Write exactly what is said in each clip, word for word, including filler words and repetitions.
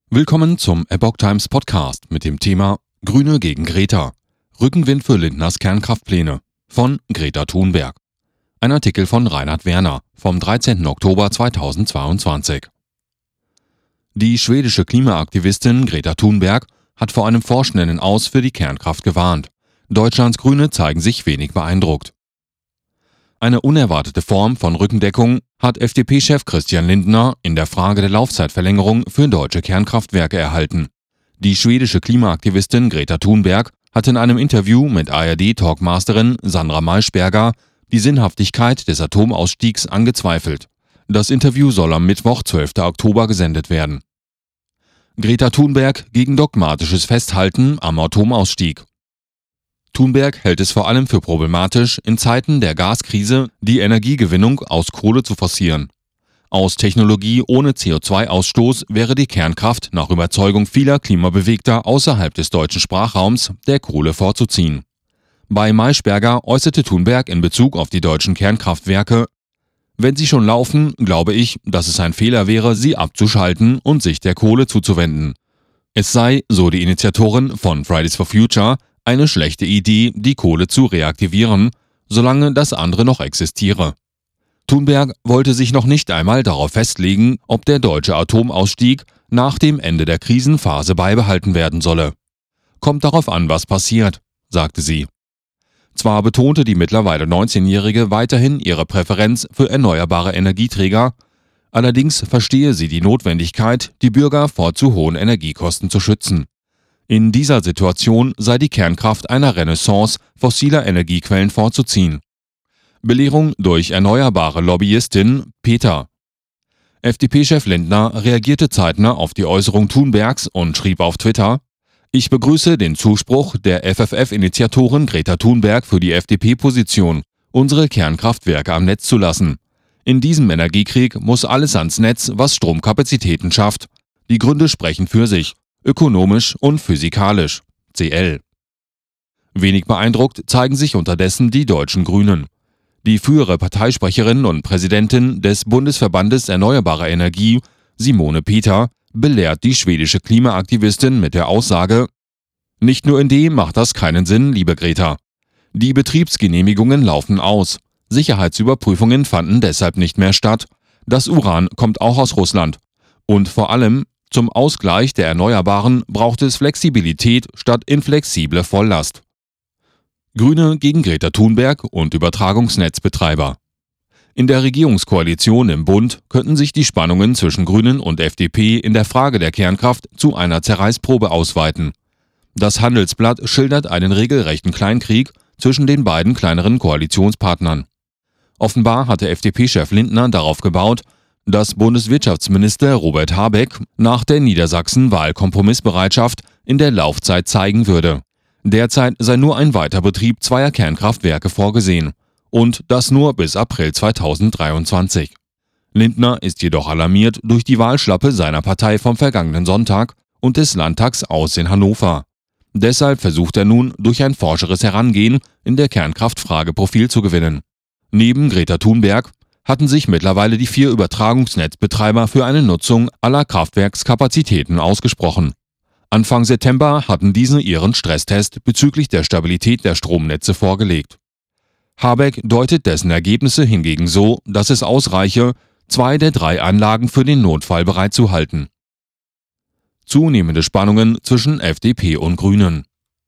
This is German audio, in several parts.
Willkommen zum Epoch Times Podcast mit dem Thema Grüne gegen Greta. Rückenwind für Lindners Kernkraftpläne von Greta Thunberg. Ein Artikel von Reinhard Werner vom dreizehnten Oktober zweitausendzweiundzwanzig. Die schwedische Klimaaktivistin Greta Thunberg hat vor einem vorschnellen Aus für die Kernkraft gewarnt. Deutschlands Grüne zeigen sich wenig beeindruckt. Eine unerwartete Form von Rückendeckung hat F D P-Chef Christian Lindner in der Frage der Laufzeitverlängerung für deutsche Kernkraftwerke erhalten. Die schwedische Klimaaktivistin Greta Thunberg hat in einem Interview mit A R D-Talkmasterin Sandra Maischberger die Sinnhaftigkeit des Atomausstiegs angezweifelt. Das Interview soll am Mittwoch, zwölften Oktober, gesendet werden. Greta Thunberg gegen dogmatisches Festhalten am Atomausstieg. Thunberg hält es vor allem für problematisch, in Zeiten der Gaskrise die Energiegewinnung aus Kohle zu forcieren. Aus Technologie ohne C O zwei Ausstoß wäre die Kernkraft nach Überzeugung vieler Klimabewegter außerhalb des deutschen Sprachraums der Kohle vorzuziehen. Bei Maischberger äußerte Thunberg in Bezug auf die deutschen Kernkraftwerke: Wenn sie schon laufen, glaube ich, dass es ein Fehler wäre, sie abzuschalten und sich der Kohle zuzuwenden. Es sei, so die Initiatorin von Fridays for Future, eine schlechte Idee, die Kohle zu reaktivieren, solange das andere noch existiere. Thunberg wollte sich noch nicht einmal darauf festlegen, ob der deutsche Atomausstieg nach dem Ende der Krisenphase beibehalten werden solle. Kommt darauf an, was passiert, sagte sie. Zwar betonte die mittlerweile neunzehnjährige weiterhin ihre Präferenz für erneuerbare Energieträger, allerdings verstehe sie die Notwendigkeit, die Bürger vor zu hohen Energiekosten zu schützen. In dieser Situation sei die Kernkraft einer Renaissance fossiler Energiequellen vorzuziehen. Belehrung durch erneuerbare Lobbyistin Peter. F D P-Chef Lindner reagierte zeitnah auf die Äußerung Thunbergs und schrieb auf Twitter: Ich begrüße den Zuspruch der F F F-Initiatorin Greta Thunberg für die F D P-Position, unsere Kernkraftwerke am Netz zu lassen. In diesem Energiekrieg muss alles ans Netz, was Stromkapazitäten schafft. Die Gründe sprechen für sich. Ökonomisch und physikalisch. C L. Wenig beeindruckt zeigen sich unterdessen die deutschen Grünen. Die frühere Parteisprecherin und Präsidentin des Bundesverbandes Erneuerbare Energie, Simone Peter, belehrt die schwedische Klimaaktivistin mit der Aussage: Nicht nur in dem macht das keinen Sinn, liebe Greta. Die Betriebsgenehmigungen laufen aus. Sicherheitsüberprüfungen fanden deshalb nicht mehr statt. Das Uran kommt auch aus Russland. Und vor allem, zum Ausgleich der Erneuerbaren braucht es Flexibilität statt inflexible Volllast. Grüne gegen Greta Thunberg und Übertragungsnetzbetreiber. In der Regierungskoalition im Bund könnten sich die Spannungen zwischen Grünen und F D P in der Frage der Kernkraft zu einer Zerreißprobe ausweiten. Das Handelsblatt schildert einen regelrechten Kleinkrieg zwischen den beiden kleineren Koalitionspartnern. Offenbar hatte F D P-Chef Lindner darauf gebaut, dass Bundeswirtschaftsminister Robert Habeck nach der Niedersachsen-Wahl Kompromissbereitschaft in der Laufzeit zeigen würde. Derzeit sei nur ein Weiterbetrieb zweier Kernkraftwerke vorgesehen, und das nur bis April zweitausenddreiundzwanzig. Lindner ist jedoch alarmiert durch die Wahlschlappe seiner Partei vom vergangenen Sonntag und des Landtags aus in Hannover. Deshalb versucht er nun, durch ein forscheres Herangehen in der Kernkraftfrage Profil zu gewinnen. Neben Greta Thunberg hatten sich mittlerweile die vier Übertragungsnetzbetreiber für eine Nutzung aller Kraftwerkskapazitäten ausgesprochen. Anfang September hatten diese ihren Stresstest bezüglich der Stabilität der Stromnetze vorgelegt. Habeck deutet dessen Ergebnisse hingegen so, dass es ausreiche, zwei der drei Anlagen für den Notfall bereitzuhalten. Zunehmende Spannungen zwischen F D P und Grünen.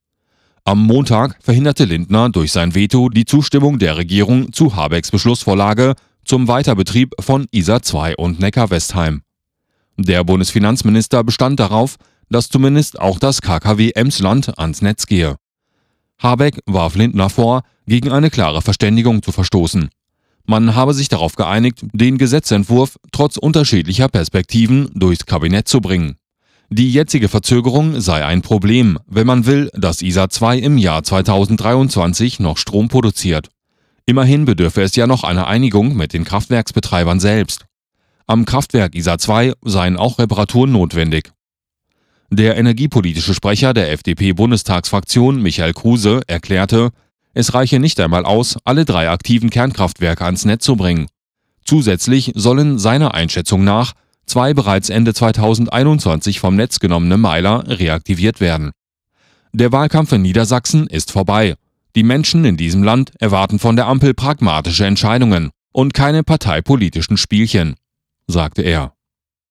Am Montag verhinderte Lindner durch sein Veto die Zustimmung der Regierung zu Habecks Beschlussvorlage zum Weiterbetrieb von Isar zwei und Neckar-Westheim. Der Bundesfinanzminister bestand darauf, dass zumindest auch das K K W Emsland ans Netz gehe. Habeck warf Lindner vor, gegen eine klare Verständigung zu verstoßen. Man habe sich darauf geeinigt, den Gesetzentwurf trotz unterschiedlicher Perspektiven durchs Kabinett zu bringen. Die jetzige Verzögerung sei ein Problem, wenn man will, dass Isar zwei im Jahr zweitausenddreiundzwanzig noch Strom produziert. Immerhin bedürfe es ja noch einer Einigung mit den Kraftwerksbetreibern selbst. Am Kraftwerk Isar zwei seien auch Reparaturen notwendig. Der energiepolitische Sprecher der F D P-Bundestagsfraktion Michael Kruse erklärte, es reiche nicht einmal aus, alle drei aktiven Kernkraftwerke ans Netz zu bringen. Zusätzlich sollen seiner Einschätzung nach zwei bereits Ende zweitausendeinundzwanzig vom Netz genommene Meiler reaktiviert werden. Der Wahlkampf in Niedersachsen ist vorbei. Die Menschen in diesem Land erwarten von der Ampel pragmatische Entscheidungen und keine parteipolitischen Spielchen, sagte er.